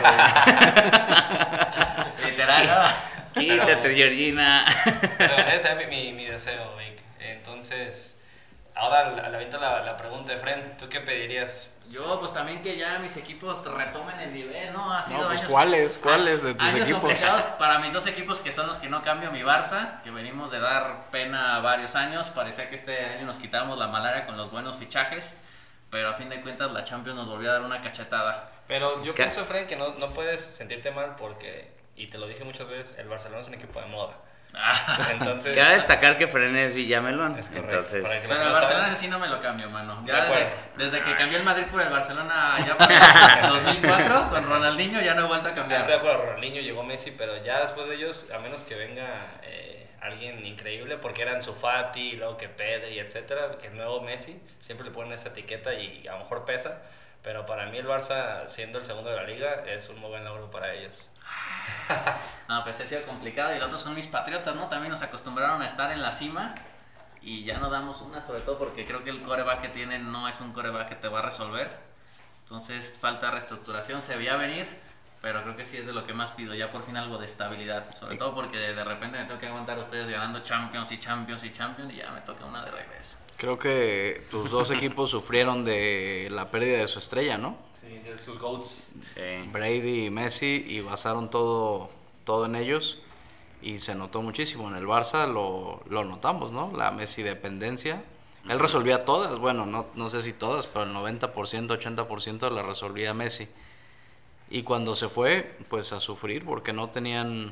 Speaker 1: Literal, ¿no?
Speaker 3: Quítate, Georgina.
Speaker 4: Pero ese es mi deseo, Vic. Entonces, ahora le aviento la pregunta de Fren. ¿Tú qué pedirías?
Speaker 1: Yo, pues también que ya mis equipos retomen el nivel, ¿no? Ha sido
Speaker 2: No, pues
Speaker 1: años,
Speaker 2: ¿cuáles de tus
Speaker 1: años
Speaker 2: equipos?
Speaker 1: complicados para mis dos equipos que son los que no cambio, mi Barça, que venimos de dar pena varios años. Parecía que este año nos quitábamos la malaria con los buenos fichajes, pero a fin de cuentas la Champions nos volvió a dar una cachetada.
Speaker 4: Pero yo
Speaker 3: ¿Qué?
Speaker 4: pienso, Fren, que no puedes sentirte mal porque, y te lo dije muchas veces, el Barcelona es un equipo de moda. Entonces,
Speaker 3: Cabe destacar que Fren es Villamelón.
Speaker 4: Es correcto.
Speaker 3: Entonces,
Speaker 4: Para que
Speaker 1: Pero el
Speaker 4: no
Speaker 1: Barcelona
Speaker 4: saben.
Speaker 1: ese sí no me lo cambio, mano.
Speaker 4: De
Speaker 1: Ya
Speaker 4: acuerdo.
Speaker 1: desde que cambió el Madrid por el Barcelona ya por el 2004 con Ronaldinho ya no he vuelto a
Speaker 4: Estoy de
Speaker 1: cambiar.
Speaker 4: acuerdo, Ronaldinho, llegó Messi, pero ya después de ellos, a menos que venga alguien increíble, porque eran Ansu Fati, luego que Pedri, etcétera, que el nuevo Messi, siempre le ponen esa etiqueta y a lo mejor pesa, pero para mí el Barça, siendo el segundo de la liga, es un muy buen logro para ellos.
Speaker 1: No, pues ha sido complicado y los otros son mis patriotas, ¿no? También nos acostumbraron a estar en la cima y ya no damos una, sobre todo porque creo que el coreback que tienen no es un coreback que te va a resolver. Entonces falta reestructuración, se veía venir, pero creo que sí es de lo que más pido, ya por fin algo de estabilidad. Sobre todo porque de repente me tengo que aguantar a ustedes ganando Champions y Champions y Champions y ya me toca una de regreso.
Speaker 2: Creo que tus dos equipos sufrieron de la pérdida de su estrella, ¿no?
Speaker 4: Sí, de sus GOATs.
Speaker 3: sí.
Speaker 2: Brady y Messi, y basaron todo en ellos, y se notó muchísimo. En el Barça lo notamos, ¿no? La Messi dependencia. Él resolvía todas, bueno, no sé si todas, pero el 90%, 80% la resolvía Messi. Y cuando se fue, pues a sufrir, porque no tenían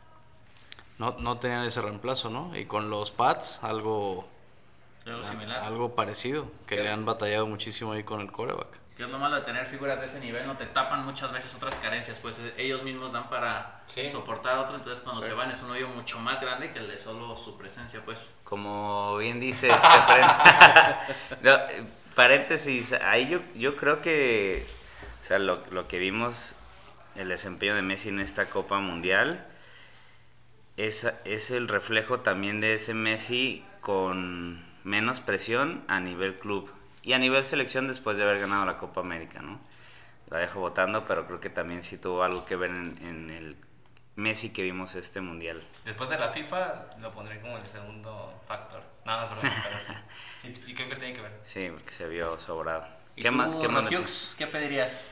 Speaker 2: ese reemplazo, ¿no? Y con los Pats, algo
Speaker 1: Similar.
Speaker 2: algo parecido, que le han batallado muchísimo ahí con el quarterback.
Speaker 1: Que es lo malo de tener figuras de ese nivel, no te tapan muchas veces otras carencias, pues ellos mismos dan para
Speaker 4: Sí.
Speaker 1: soportar a otro, entonces cuando se van es un hoyo mucho más grande que el de solo su presencia, pues.
Speaker 3: Como bien dices, Efren. No, paréntesis, ahí yo creo que, o sea, lo que vimos, el desempeño de Messi en esta Copa Mundial, es el reflejo también de ese Messi con menos presión a nivel club y a nivel selección después de haber ganado la Copa América, ¿no? La dejo votando, pero creo que también sí tuvo algo que ver en el Messi que vimos este Mundial.
Speaker 4: Después de la FIFA, lo pondré como el segundo factor. Nada más, broma, pero sí. Sí, creo que tiene que ver.
Speaker 3: Sí, porque se vio sobrado.
Speaker 1: ¿Y
Speaker 3: ¿Qué
Speaker 1: tú,
Speaker 3: más?
Speaker 1: Hughes, qué pedirías?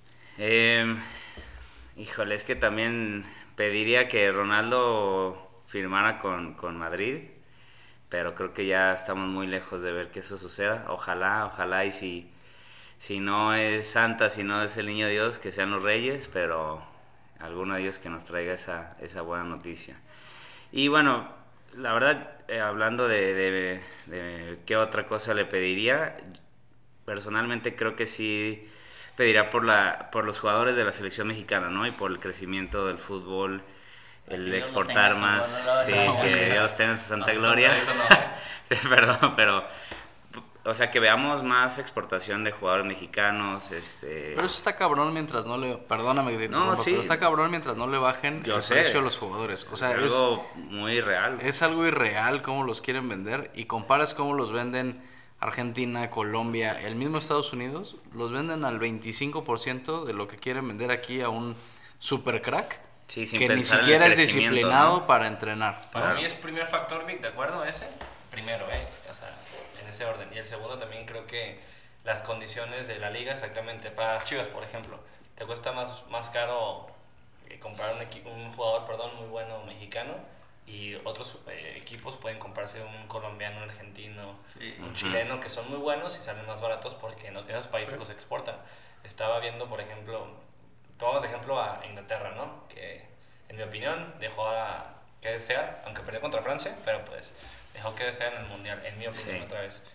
Speaker 3: Híjole, es que también pediría que Ronaldo firmara con Madrid, pero creo que ya estamos muy lejos de ver que eso suceda. Ojalá, y si no es Santa, si no es el Niño Dios, que sean los Reyes, pero alguno de ellos que nos traiga esa buena noticia. Y bueno, la verdad, hablando de qué otra cosa le pediría, personalmente creo que sí pediría por los jugadores de la selección mexicana, ¿no? Y por el crecimiento del fútbol, el
Speaker 1: Dios los
Speaker 3: exportar
Speaker 1: tenga en su
Speaker 3: más.
Speaker 1: buena
Speaker 3: Sí,
Speaker 1: gloria.
Speaker 3: que Dios tenga en su santa
Speaker 4: No,
Speaker 3: gloria.
Speaker 4: eso no.
Speaker 3: Perdón, pero o sea, que veamos más exportación de jugadores mexicanos,
Speaker 2: Pero eso está cabrón mientras no le... Perdóname que te
Speaker 3: No,
Speaker 2: interrumpa,
Speaker 3: sí.
Speaker 2: pero está cabrón mientras no le bajen
Speaker 3: Yo
Speaker 2: el
Speaker 3: sé.
Speaker 2: precio a los jugadores. O sea,
Speaker 3: es algo muy real.
Speaker 2: es algo irreal cómo los quieren vender, y comparas cómo los venden Argentina, Colombia, el mismo Estados Unidos, los venden al 25% de lo que quieren vender aquí a un super crack
Speaker 3: Sí, sin
Speaker 2: que ni
Speaker 3: pensar en el
Speaker 2: siquiera es
Speaker 3: crecimiento,
Speaker 2: disciplinado
Speaker 3: ¿no?
Speaker 2: para entrenar.
Speaker 4: Para
Speaker 3: Claro.
Speaker 4: mí es primer factor, Vic, ¿de acuerdo? Ese, primero, o sea, en ese orden. Y el segundo también creo que las condiciones de la liga, exactamente. Para las Chivas, por ejemplo, te cuesta más caro comprar un jugador, muy bueno mexicano, y otros equipos pueden comprarse un colombiano, un argentino,
Speaker 1: Sí.
Speaker 4: un chileno, que son muy buenos y salen más baratos porque en esos países los exportan. Estaba viendo, por ejemplo, tomamos de ejemplo a Inglaterra, ¿no? Que en mi opinión dejó que desear, aunque perdió contra Francia, pero pues dejó que desear en el Mundial, en mi opinión,
Speaker 3: Sí.
Speaker 4: otra vez.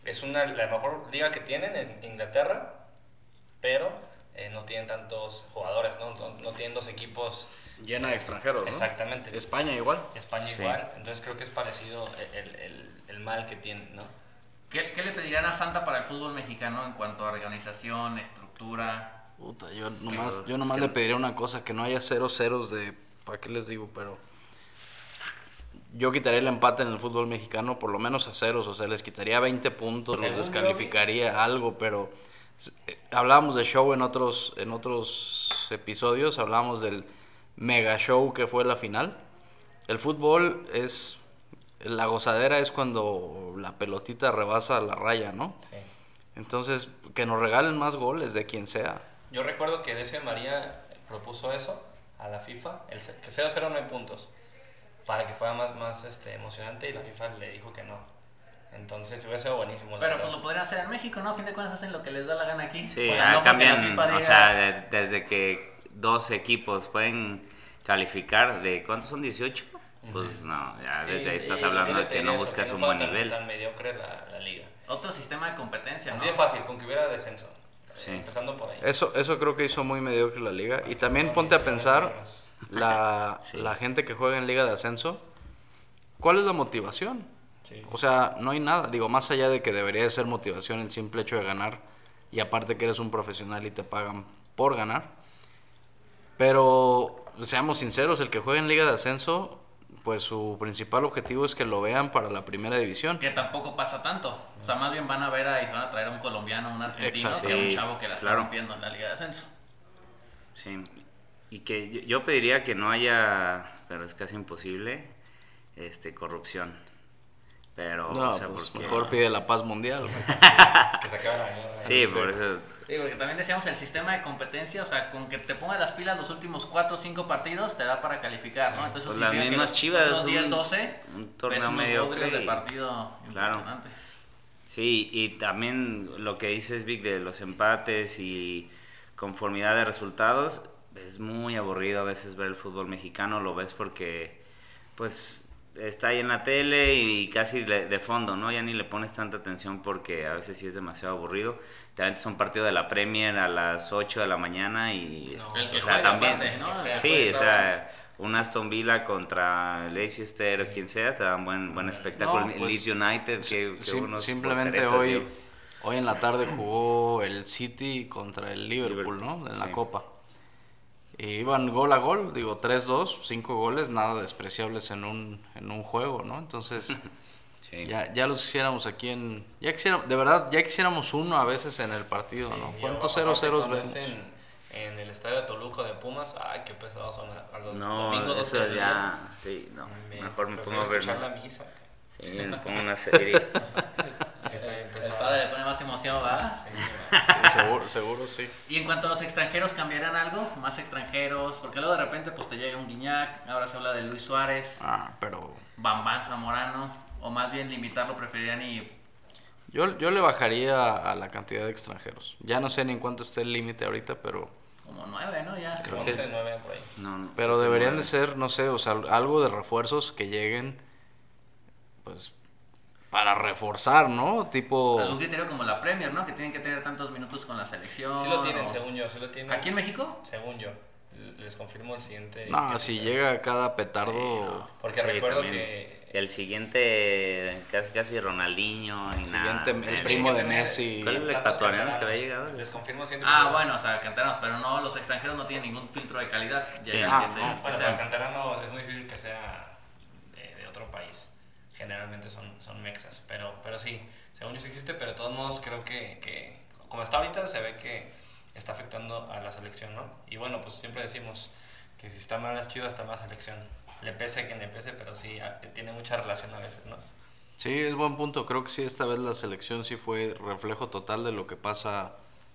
Speaker 4: es la mejor liga que tienen en Inglaterra, pero no tienen tantos jugadores, no tienen 2 equipos.
Speaker 2: Llena de extranjeros, ¿no?
Speaker 4: Exactamente.
Speaker 2: España igual.
Speaker 4: España igual, entonces creo que es parecido el mal que tienen, ¿no?
Speaker 1: ¿Qué le pedirían a Santa para el fútbol mexicano en cuanto a organización, estructura?
Speaker 2: Puta, yo nomás le pediría una cosa, que no haya 0-0 de... ¿Para qué les digo? Pero yo quitaría el empate en el fútbol mexicano por lo menos a 0, o sea, les quitaría 20 puntos, los descalificaría algo, pero hablábamos de show en otros episodios, hablábamos del mega show que fue la final. El fútbol es... La gozadera es cuando la pelotita rebasa la raya, ¿no?
Speaker 4: Sí.
Speaker 2: Entonces, que nos regalen más goles de quien sea.
Speaker 4: Yo recuerdo que Decio de María propuso eso a la FIFA, que 0-0 no hay puntos, para que fuera más emocionante, y la FIFA le dijo que no. Entonces hubiera sido buenísimo.
Speaker 1: Pero pues lo podrían hacer en México, ¿no? A fin de cuentas hacen lo que les da la gana aquí.
Speaker 3: Sí,
Speaker 1: o sea, no
Speaker 3: cambian,
Speaker 1: diga...
Speaker 3: o sea, desde que 2 equipos pueden calificar, ¿de cuántos son? 18. Pues no, ya desde ahí estás hablando de que no buscas un buen nivel.
Speaker 4: Tan mediocre la liga.
Speaker 1: Otro sistema de competencia,
Speaker 4: Así
Speaker 1: ¿no?
Speaker 4: de fácil, con que hubiera descenso.
Speaker 3: Sí.
Speaker 4: Empezando por ahí.
Speaker 2: Eso creo que hizo muy mediocre la liga. Y también ponte a pensar, la gente que juega en liga de ascenso, ¿cuál es la motivación?
Speaker 4: Sí.
Speaker 2: O sea, no hay nada. Digo, más allá de que debería de ser motivación el simple hecho de ganar, y aparte que eres un profesional y te pagan por ganar. Pero, seamos sinceros, el que juega en liga de ascenso, pues su principal objetivo es que lo vean para la primera división.
Speaker 1: Que tampoco pasa tanto. O sea, más bien van a ver y se van a traer a un colombiano, un argentino,
Speaker 2: Exacto.
Speaker 1: que a un
Speaker 3: Sí,
Speaker 1: chavo que la está
Speaker 3: claro.
Speaker 1: rompiendo en la Liga de Ascenso.
Speaker 3: Sí, y que yo pediría que no haya, pero es casi imposible, corrupción. Pero,
Speaker 2: No,
Speaker 3: o sea,
Speaker 2: pues
Speaker 3: porque...
Speaker 2: mejor pide la paz mundial, güey.
Speaker 4: Que se acabe la guerra.
Speaker 3: Sí,
Speaker 2: Sí.
Speaker 3: por eso...
Speaker 1: Sí, porque también decíamos el sistema de competencia, o sea, con que te pongas las pilas los últimos 4 o 5 partidos te da para calificar, ¿no? Entonces
Speaker 3: Pues
Speaker 1: eso
Speaker 3: las
Speaker 1: significa que
Speaker 3: mismas
Speaker 1: los
Speaker 3: Chivas,
Speaker 1: otros 10, 12
Speaker 3: un
Speaker 1: ves
Speaker 3: torneo
Speaker 1: unos
Speaker 3: mediocre
Speaker 1: bodrios de
Speaker 3: y-
Speaker 1: partido
Speaker 3: Claro.
Speaker 1: impresionante.
Speaker 3: Sí, y también lo que dices, Vic, de los empates y conformidad de resultados, es muy aburrido a veces ver el fútbol mexicano, lo ves porque, pues, está ahí en la tele y casi de fondo, ¿no? Ya ni le pones tanta atención porque a veces sí es demasiado aburrido. Te aventas un partido de la Premier a las 8 de la mañana y,
Speaker 4: No,
Speaker 1: el que
Speaker 3: o sea,
Speaker 1: juega
Speaker 3: también,
Speaker 1: aparte, ¿no?
Speaker 3: sí, o sea, un Aston Villa contra Leicester o quien sea, te dan buen espectáculo.
Speaker 2: No,
Speaker 3: El
Speaker 2: pues,
Speaker 3: Leeds United, que unos
Speaker 2: simplemente
Speaker 3: volteretas,
Speaker 2: hoy en la tarde jugó el City contra el Liverpool, ¿no? En la
Speaker 3: sí.
Speaker 2: Copa. Y iban gol a gol, digo 3-2, 5 goles, nada despreciables en un juego, ¿no? Entonces,
Speaker 3: Sí.
Speaker 2: ya los quisiéramos aquí de verdad, ya quisiéramos uno a veces en el partido, ¿no? ¿Cuántos 0-0 vemos?
Speaker 4: En el estadio de Toluca de Pumas, ay, qué pesados son a los
Speaker 3: No,
Speaker 4: domingos 12
Speaker 3: eso
Speaker 4: del
Speaker 3: ya,
Speaker 4: día.
Speaker 3: sí, no,
Speaker 4: Me-
Speaker 3: mejor me
Speaker 4: prefiero
Speaker 3: pongo a ver,
Speaker 4: escuchar la misa.
Speaker 3: sí, me pongo una serie.
Speaker 4: Que está bien
Speaker 1: El
Speaker 4: pesado.
Speaker 1: padre le pone más emoción, ¿verdad?
Speaker 4: Sí,
Speaker 2: Sí, seguro sí.
Speaker 1: Y en cuanto a los extranjeros, ¿cambiarán algo? ¿Más extranjeros? Porque luego de repente pues te llega un Guiñac, ahora se habla de Luis Suárez,
Speaker 2: Pero
Speaker 1: Bambán Zamorano, o más bien limitarlo preferirían y...
Speaker 2: yo le bajaría a la cantidad de extranjeros. Ya no sé ni en cuánto esté el límite ahorita, pero
Speaker 1: Como 9, ¿no? Ya.
Speaker 2: Creo
Speaker 4: 11, 9 por ahí.
Speaker 3: No,
Speaker 2: Pero deberían de ser, no sé, o sea, algo de refuerzos que lleguen, pues, para reforzar, ¿no? Tipo...
Speaker 1: Algún criterio como la Premier, ¿no? Que tienen que tener tantos minutos con la selección.
Speaker 4: Sí lo tienen,
Speaker 1: o-
Speaker 4: según yo, sí lo tienen.
Speaker 1: ¿Aquí en México?
Speaker 4: Según yo. Les confirmo el siguiente.
Speaker 2: No, si llega cada petardo...
Speaker 1: no.
Speaker 4: Porque
Speaker 3: Sí,
Speaker 4: recuerdo
Speaker 3: también.
Speaker 4: que...
Speaker 3: El siguiente, casi Ronaldinho y
Speaker 2: El
Speaker 3: nada.
Speaker 2: siguiente, el primo de
Speaker 4: Tienen que
Speaker 2: Messi.
Speaker 4: tener
Speaker 3: ¿Cuál es el
Speaker 4: tantos
Speaker 3: ecuatoriano que
Speaker 4: canteranos.
Speaker 3: había llegado?
Speaker 4: Les confirmo el siguiente.
Speaker 1: Ah,
Speaker 4: episodio.
Speaker 1: bueno, o sea, canteranos, pero no, los extranjeros no tienen ningún filtro de calidad.
Speaker 3: Sí.
Speaker 1: Llegan
Speaker 2: Ah,
Speaker 1: que
Speaker 2: no.
Speaker 1: sea- que
Speaker 4: Bueno,
Speaker 1: sea-
Speaker 4: pero el canterano es muy difícil que sea de otro país. Generalmente son mexas. Pero sí, según yo sí existe, pero de todos modos creo que como está ahorita se ve que está afectando a la selección, ¿no? Y bueno, pues siempre decimos que si está mal las Chivas, está mal la selección. Le pese a quien le pese, pero sí, tiene mucha relación a veces, ¿no?
Speaker 2: Sí, es buen punto. Creo que sí, esta vez la selección sí fue reflejo total de lo que pasa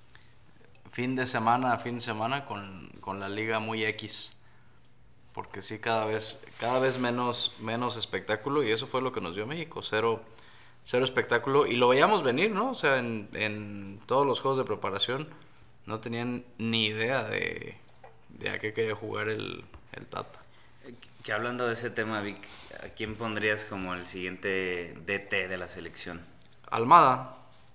Speaker 2: fin de semana a fin de semana con la liga muy X. Porque sí, cada vez menos espectáculo, y eso fue lo que nos dio México, cero espectáculo, y lo veíamos venir, ¿no? O sea, en todos los juegos de preparación no tenían ni idea de a qué quería jugar el Tata.
Speaker 3: Que hablando de ese tema, Vic, ¿a quién pondrías como el siguiente DT de la selección?
Speaker 2: Almada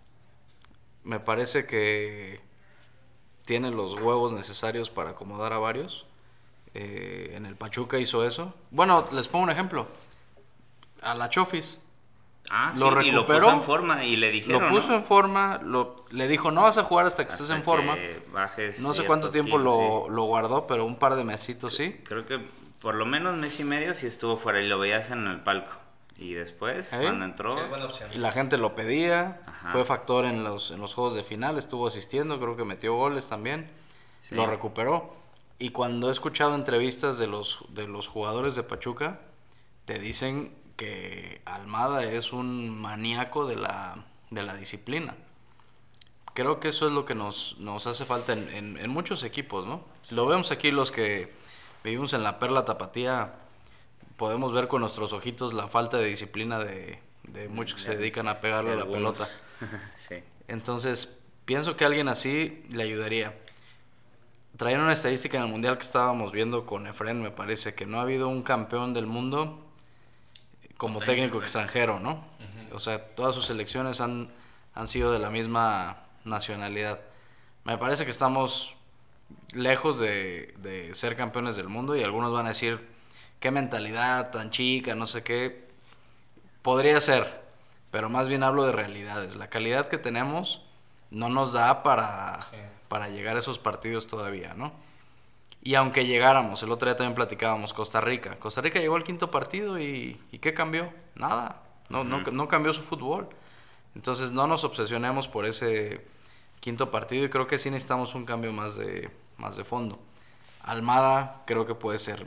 Speaker 2: me parece que tiene los huevos necesarios para acomodar a varios. En el Pachuca hizo eso. Bueno, les pongo un ejemplo. A la Chofis.
Speaker 3: Lo recuperó, y lo puso en forma y le dijeron,
Speaker 2: lo puso, ¿no?, en forma, le dijo no vas a jugar hasta que estés en forma.
Speaker 3: Bajes
Speaker 2: no sé cuánto tiempo lo guardó, pero un par de mesitos sí.
Speaker 3: Creo que por lo menos mes y medio sí estuvo fuera y lo veías en el palco. Y después, cuando entró...
Speaker 4: Sí, es buena opción.
Speaker 2: Y la gente lo pedía. Ajá. Fue factor en los juegos de final, estuvo asistiendo, creo que metió goles también. Sí. Lo recuperó. Y cuando he escuchado entrevistas de los jugadores de Pachuca, te dicen que Almada es un maníaco de la disciplina. Creo que eso es lo que nos hace falta en muchos equipos, ¿no? Sí. Lo vemos aquí los que vivimos en la Perla Tapatía. Podemos ver con nuestros ojitos la falta de disciplina de muchos que se dedican a pegarle a la pelota.
Speaker 3: Sí.
Speaker 2: Entonces, pienso que a alguien así le ayudaría. Traían una estadística en el Mundial que estábamos viendo con Efren, me parece, que no ha habido un campeón del mundo como técnico extranjero, ¿no? Uh-huh. O sea, todas sus selecciones han sido de la misma nacionalidad. Me parece que estamos lejos de ser campeones del mundo y algunos van a decir... qué mentalidad tan chica, no sé qué. Podría ser, pero más bien hablo de realidades. La calidad que tenemos no nos da para llegar a esos partidos todavía, ¿no? Y aunque llegáramos, el otro día también platicábamos, Costa Rica. Costa Rica llegó al quinto partido y ¿qué cambió? Nada, no cambió su fútbol. Entonces no nos obsesionemos por ese quinto partido y creo que sí necesitamos un cambio más de fondo. Almada creo que puede ser...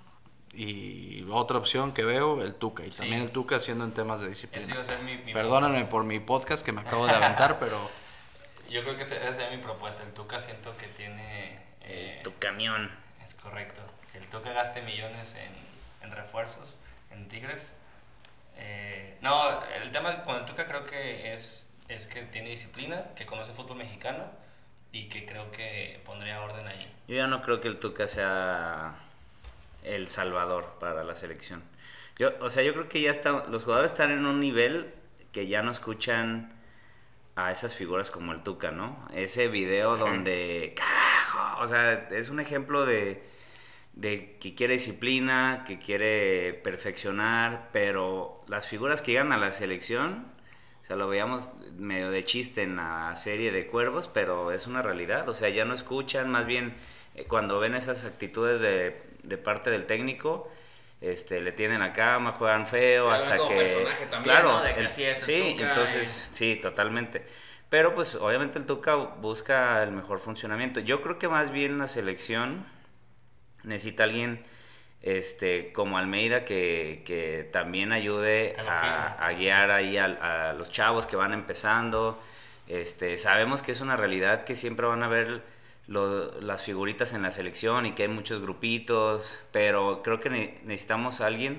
Speaker 2: Y otra opción que veo, el Tuca. Y también el Tuca haciendo en temas de disciplina.
Speaker 4: Ese iba a ser mi
Speaker 2: Perdónenme por mi podcast que me acabo de aventar, pero...
Speaker 4: Yo creo que esa es mi propuesta. El Tuca siento que tiene...
Speaker 3: tu camión.
Speaker 4: Es correcto. Que el Tuca gaste millones en refuerzos, en Tigres. No, el tema con el Tuca creo que es que tiene disciplina, que conoce fútbol mexicano y que creo que pondría orden ahí.
Speaker 3: Yo ya no creo que el Tuca sea... el salvador para la selección. Yo creo que ya los jugadores están en un nivel que ya no escuchan a esas figuras como el Tuca, ¿no? Ese video donde, o sea, es un ejemplo de que quiere disciplina, que quiere perfeccionar, pero las figuras que llegan a la selección, o sea, lo veíamos medio de chiste en la serie de Cuervos, pero es una realidad, o sea, ya no escuchan, más bien cuando ven esas actitudes de parte del técnico, le tienen la cama, juegan feo, hasta que...
Speaker 1: personaje también,
Speaker 3: claro,
Speaker 1: ¿no? De que así es
Speaker 3: sí, Tuca, entonces, sí, totalmente. Pero pues obviamente el Tuca busca el mejor funcionamiento. Yo creo que más bien la selección necesita alguien como Almeida que también ayude a guiar ahí a los chavos que van empezando. Sabemos que es una realidad que siempre van a haber las figuritas en la selección y que hay muchos grupitos, pero creo que necesitamos a alguien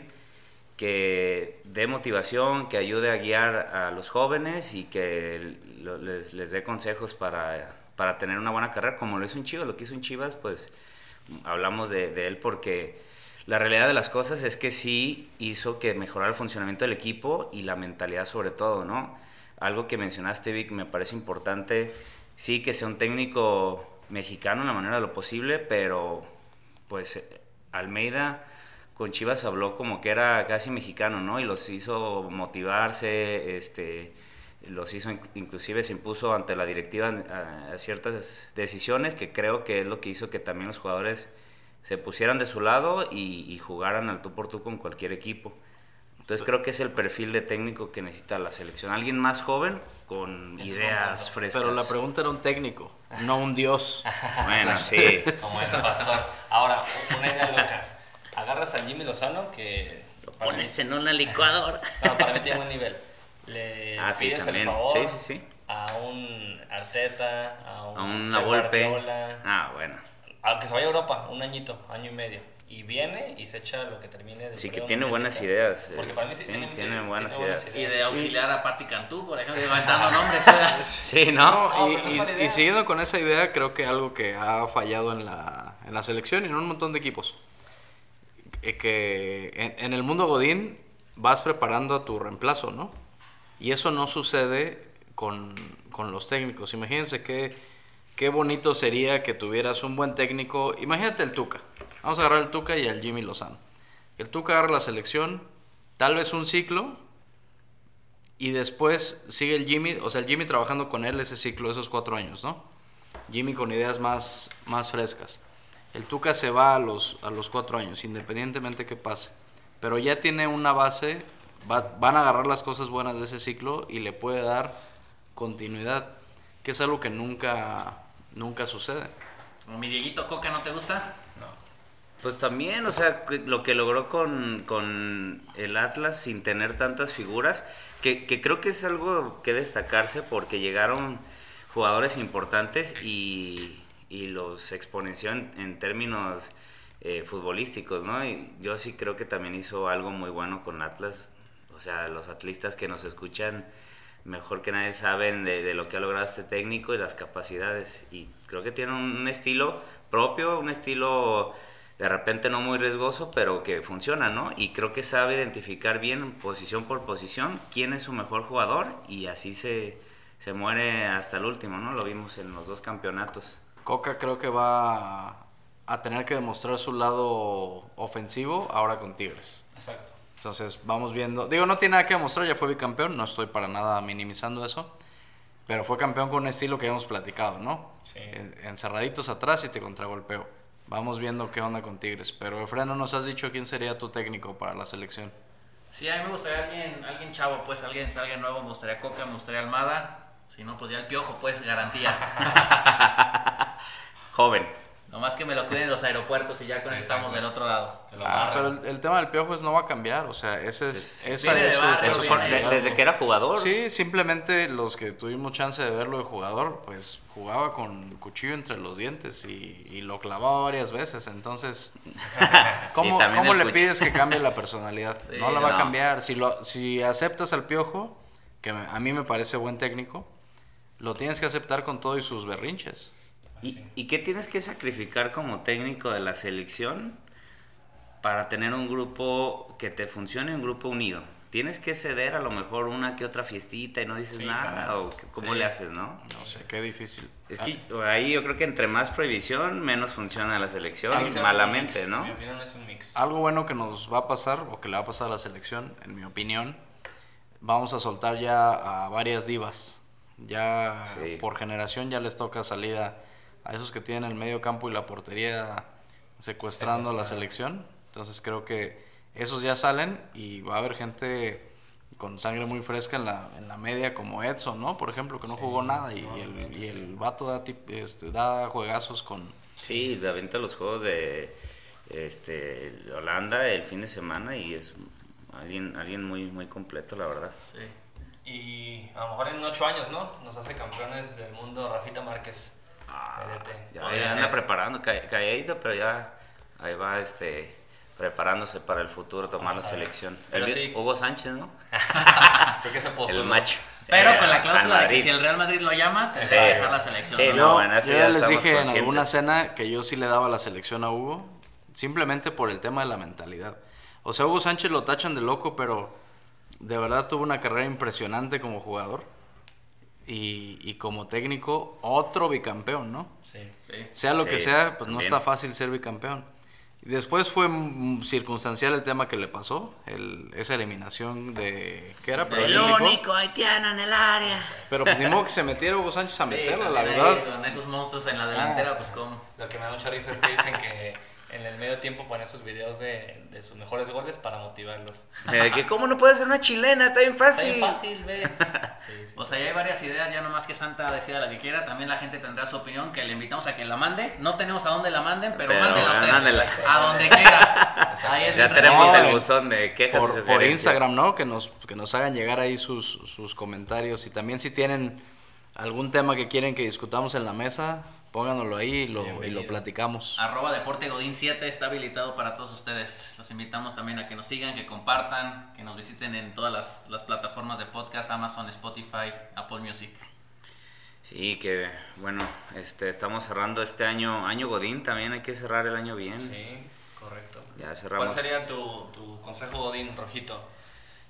Speaker 3: que dé motivación, que ayude a guiar a los jóvenes y que les dé consejos para tener una buena carrera, como lo hizo en Chivas. Lo que hizo en Chivas, pues hablamos de él porque la realidad de las cosas es que sí hizo que mejorara el funcionamiento del equipo y la mentalidad sobre todo, ¿no? Algo que mencionaste, Vic, me parece importante, sí, que sea un técnico mexicano en la manera de lo posible, pero pues Almeida con Chivas habló como que era casi mexicano, ¿no? Y los hizo motivarse, los hizo, inclusive se impuso ante la directiva a ciertas decisiones, que creo que es lo que hizo que también los jugadores se pusieran de su lado y jugaran al tú por tú con cualquier equipo. Entonces creo que es el perfil de técnico que necesita la selección. Alguien más joven con ideas frescas.
Speaker 2: Pero la pregunta era un técnico, no un dios.
Speaker 3: Bueno, sí.
Speaker 4: Como el pastor. Ahora, una idea loca. Agarras a Jimmy Lozano, que...
Speaker 3: Lo pones en una licuadora.
Speaker 4: No, para mí tiene buen nivel. Le pides
Speaker 3: sí,
Speaker 4: el favor
Speaker 3: sí.
Speaker 4: a un Arteta, a
Speaker 3: una Volpe. Bueno.
Speaker 4: Aunque se vaya a Europa, un año y medio. Y viene y se echa lo que termine de...
Speaker 3: Sí, que tiene buenas ideas.
Speaker 4: Porque para mí
Speaker 3: tiene buenas ideas.
Speaker 1: Y de auxiliar a Pati Cantú, por ejemplo, levantando nombres.
Speaker 3: Sí, ¿no?
Speaker 2: Y siguiendo con esa idea, creo que algo que ha fallado en la selección y en un montón de equipos, que en el mundo Godín vas preparando a tu reemplazo, ¿no? Y eso no sucede con los técnicos. Imagínense qué bonito sería que tuvieras un buen técnico. Imagínate el Tuca. Vamos a agarrar el Tuca y al Jimmy Lozano. El Tuca agarra la selección, tal vez un ciclo, y después sigue el Jimmy, o sea, el Jimmy trabajando con él ese ciclo, esos 4 años, ¿no? Jimmy con ideas más frescas. El Tuca se va a los 4 años, independientemente qué pase. Pero ya tiene una base, van a agarrar las cosas buenas de ese ciclo y le puede dar continuidad, que es algo que nunca sucede.
Speaker 1: ¿Mi Dieguito Coca no te gusta?
Speaker 3: Pues también, o sea, lo que logró con el Atlas sin tener tantas figuras, que creo que es algo que destacarse porque llegaron jugadores importantes y los exponenció en términos futbolísticos, ¿no? Y yo sí creo que también hizo algo muy bueno con Atlas. O sea, los atlistas que nos escuchan mejor que nadie saben de lo que ha logrado este técnico y las capacidades. Y creo que tiene un estilo propio, un estilo de repente no muy riesgoso, pero que funciona, ¿no? Y creo que sabe identificar bien, posición por posición, quién es su mejor jugador y así se muere hasta el último, ¿no? Lo vimos en los 2 campeonatos.
Speaker 2: Coca creo que va a tener que demostrar su lado ofensivo ahora con Tigres.
Speaker 4: Exacto.
Speaker 2: Entonces vamos viendo, digo, no tiene nada que demostrar, ya fue bicampeón, no estoy para nada minimizando eso, pero fue campeón con un estilo que hemos platicado, ¿no?
Speaker 4: Sí.
Speaker 2: Encerraditos atrás y te contragolpeo. Vamos viendo qué onda con Tigres. Pero Efraín, ¿no nos has dicho quién sería tu técnico para la selección?
Speaker 1: Sí, a mí me gustaría alguien chavo, pues alguien nuevo. Me gustaría Coca, me gustaría Almada. Si no, pues ya el Piojo, pues garantía.
Speaker 3: Joven.
Speaker 1: Nomás que me lo cuiden en los aeropuertos y ya con eso estamos del otro lado.
Speaker 2: Pero el tema del Piojo no va a cambiar. O sea, esa es
Speaker 3: Desde que era jugador.
Speaker 2: Sí, simplemente los que tuvimos chance de verlo de jugador, pues jugaba con cuchillo entre los dientes y lo clavaba varias veces. Entonces, ¿cómo le pides que cambie la personalidad?
Speaker 1: Sí,
Speaker 2: no la va a cambiar. Si aceptas al Piojo, que a mí me parece buen técnico, lo tienes que aceptar con todo y sus berrinches.
Speaker 3: ¿Y qué tienes que sacrificar como técnico de la selección para tener un grupo que te funcione, un grupo unido? Tienes que ceder a lo mejor una que otra fiestita y no dices nada,
Speaker 4: claro.
Speaker 3: o ¿cómo le haces, no?
Speaker 2: No sé, qué difícil.
Speaker 3: Es que ahí yo creo que entre más prohibición, menos funciona la selección, malamente, ¿no?
Speaker 4: En mi opinión es un mix.
Speaker 2: Algo bueno que nos va a pasar, o que le va a pasar a la selección, en mi opinión, vamos a soltar ya a varias divas. Ya por generación ya les toca salir a esos que tienen el medio campo y la portería secuestrando a la selección. Entonces creo que esos ya salen y va a haber gente con sangre muy fresca en la media como Edson, ¿no? Por ejemplo, que no jugó nada y el vato da juegazos con...
Speaker 3: Sí, se avienta los juegos de Holanda el fin de semana y es alguien muy, muy completo, la verdad.
Speaker 1: Sí.
Speaker 4: Y a lo mejor en 8 años, ¿no? Nos hace campeones del mundo Rafita Márquez.
Speaker 3: Ya anda preparando, calladito, pero ya ahí va preparándose para el futuro, tomar la selección.
Speaker 1: Sí.
Speaker 3: Hugo Sánchez, ¿no?
Speaker 4: Creo que se postuló.
Speaker 3: El macho.
Speaker 1: Pero con la cláusula de que si el Real Madrid lo llama, te va a dejar la selección.
Speaker 3: Sí,
Speaker 1: ¿no?
Speaker 2: Yo ya les dije en alguna cena que yo sí le daba la selección a Hugo, simplemente por el tema de la mentalidad. O sea, Hugo Sánchez lo tachan de loco, pero de verdad tuvo una carrera impresionante como jugador. Y como técnico, otro bicampeón, ¿no?
Speaker 4: Sí.
Speaker 2: Sea lo que sea, pues no
Speaker 3: también.
Speaker 2: está fácil ser bicampeón. Y después fue circunstancial el tema que le pasó, esa eliminación de... ¿Qué era?
Speaker 3: El único haitiano en el área.
Speaker 2: Pero pues ni modo que se metiera Hugo Sánchez a meterla, la
Speaker 1: también ahí,
Speaker 2: verdad.
Speaker 1: con esos monstruos en la delantera, pues cómo.
Speaker 4: Lo que me da mucha risa es que dicen que en el medio tiempo ponen sus videos de sus mejores goles para motivarlos.
Speaker 3: Que cómo no puede ser una chilena, está bien fácil.
Speaker 1: Está bien fácil, ve. Sí. O sea, ya hay varias ideas, ya nomás que Santa decida la que quiera. También la gente tendrá su opinión, que le invitamos a que la mande. No tenemos a dónde la manden, pero mándenla usted.
Speaker 3: Mándela.
Speaker 1: A donde quiera. Ahí es
Speaker 3: Ya
Speaker 1: bien
Speaker 3: tenemos
Speaker 1: recibido.
Speaker 3: el buzón de quejas y
Speaker 2: Por
Speaker 3: sugerencias.
Speaker 2: Instagram, ¿no? Que nos hagan llegar ahí sus comentarios. Y también si tienen algún tema que quieren que discutamos en la mesa, pónganoslo ahí y lo platicamos.
Speaker 1: @deportegodin7 está habilitado para todos ustedes. Los invitamos también a que nos sigan, que compartan, que nos visiten en todas las plataformas de podcast, Amazon, Spotify, Apple Music.
Speaker 3: Sí, que bueno, estamos cerrando este año Godín, también hay que cerrar el año bien.
Speaker 4: Sí, correcto.
Speaker 3: Ya cerramos.
Speaker 4: ¿Cuál sería tu consejo, Godín, Rojito?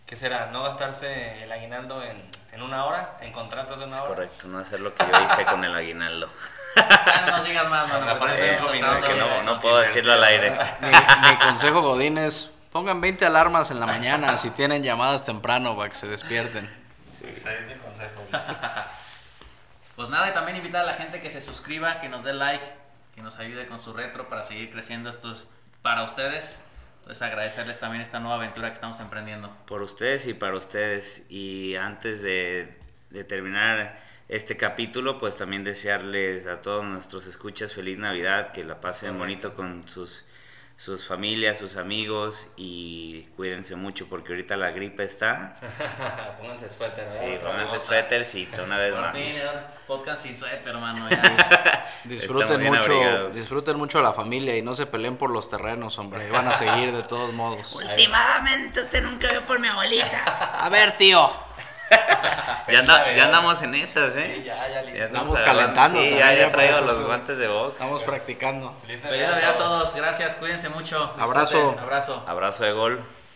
Speaker 4: ¿qué será? No gastarse el aguinaldo en una hora, en contratos de una
Speaker 3: Es
Speaker 4: hora.
Speaker 3: correcto, no hacer lo que yo hice con el aguinaldo.
Speaker 1: Ya no nos digas más, mano.
Speaker 4: Mejor
Speaker 1: porque
Speaker 4: es
Speaker 1: nos
Speaker 4: cinco
Speaker 1: está dando
Speaker 4: minutos,
Speaker 1: miedo.
Speaker 3: No puedo decirlo al aire.
Speaker 2: Mi consejo Godín es, pongan 20 alarmas en la mañana si tienen llamadas temprano para que se despierten.
Speaker 4: Excelente consejo.
Speaker 1: Pues nada, y también invitar a la gente que se suscriba, que nos dé like, que nos ayude con su retro para seguir creciendo. Esto es para ustedes. Entonces agradecerles también esta nueva aventura que estamos emprendiendo.
Speaker 3: Por ustedes y para ustedes. Y antes de terminar este capítulo, pues también desearles a todos nuestros escuchas feliz Navidad, que la pasen bonito con sus familias, sus amigos, y cuídense mucho porque ahorita la gripe está.
Speaker 4: Pónganse suéter, ¿verdad?
Speaker 3: Sí,
Speaker 4: Otra
Speaker 3: pónganse
Speaker 4: cosa.
Speaker 3: suétercito una vez
Speaker 1: Por
Speaker 3: más.
Speaker 1: fin, podcast sin suéter, hermano. Ya.
Speaker 2: Disfruten
Speaker 3: bien
Speaker 2: mucho,
Speaker 3: abrigados.
Speaker 2: disfruten mucho a la familia y no se peleen por los terrenos, hombre. Van a seguir de todos modos.
Speaker 3: Últimamente usted nunca vio por mi abuelita.
Speaker 2: A ver, tío.
Speaker 3: Ya andamos en esas,
Speaker 4: Sí,
Speaker 3: ¿eh?
Speaker 4: ya listo.
Speaker 2: Estamos
Speaker 3: agarrando.
Speaker 2: calentando
Speaker 3: Sí,
Speaker 2: también,
Speaker 3: ya
Speaker 2: ya
Speaker 3: traigo
Speaker 2: para
Speaker 3: los
Speaker 2: esos
Speaker 3: guantes de box.
Speaker 2: Estamos practicando.
Speaker 4: Feliz
Speaker 1: Feliz Navidad a todos. Gracias. Cuídense mucho.
Speaker 2: Abrazo.
Speaker 1: Disfruten. Abrazo.
Speaker 3: Abrazo de gol.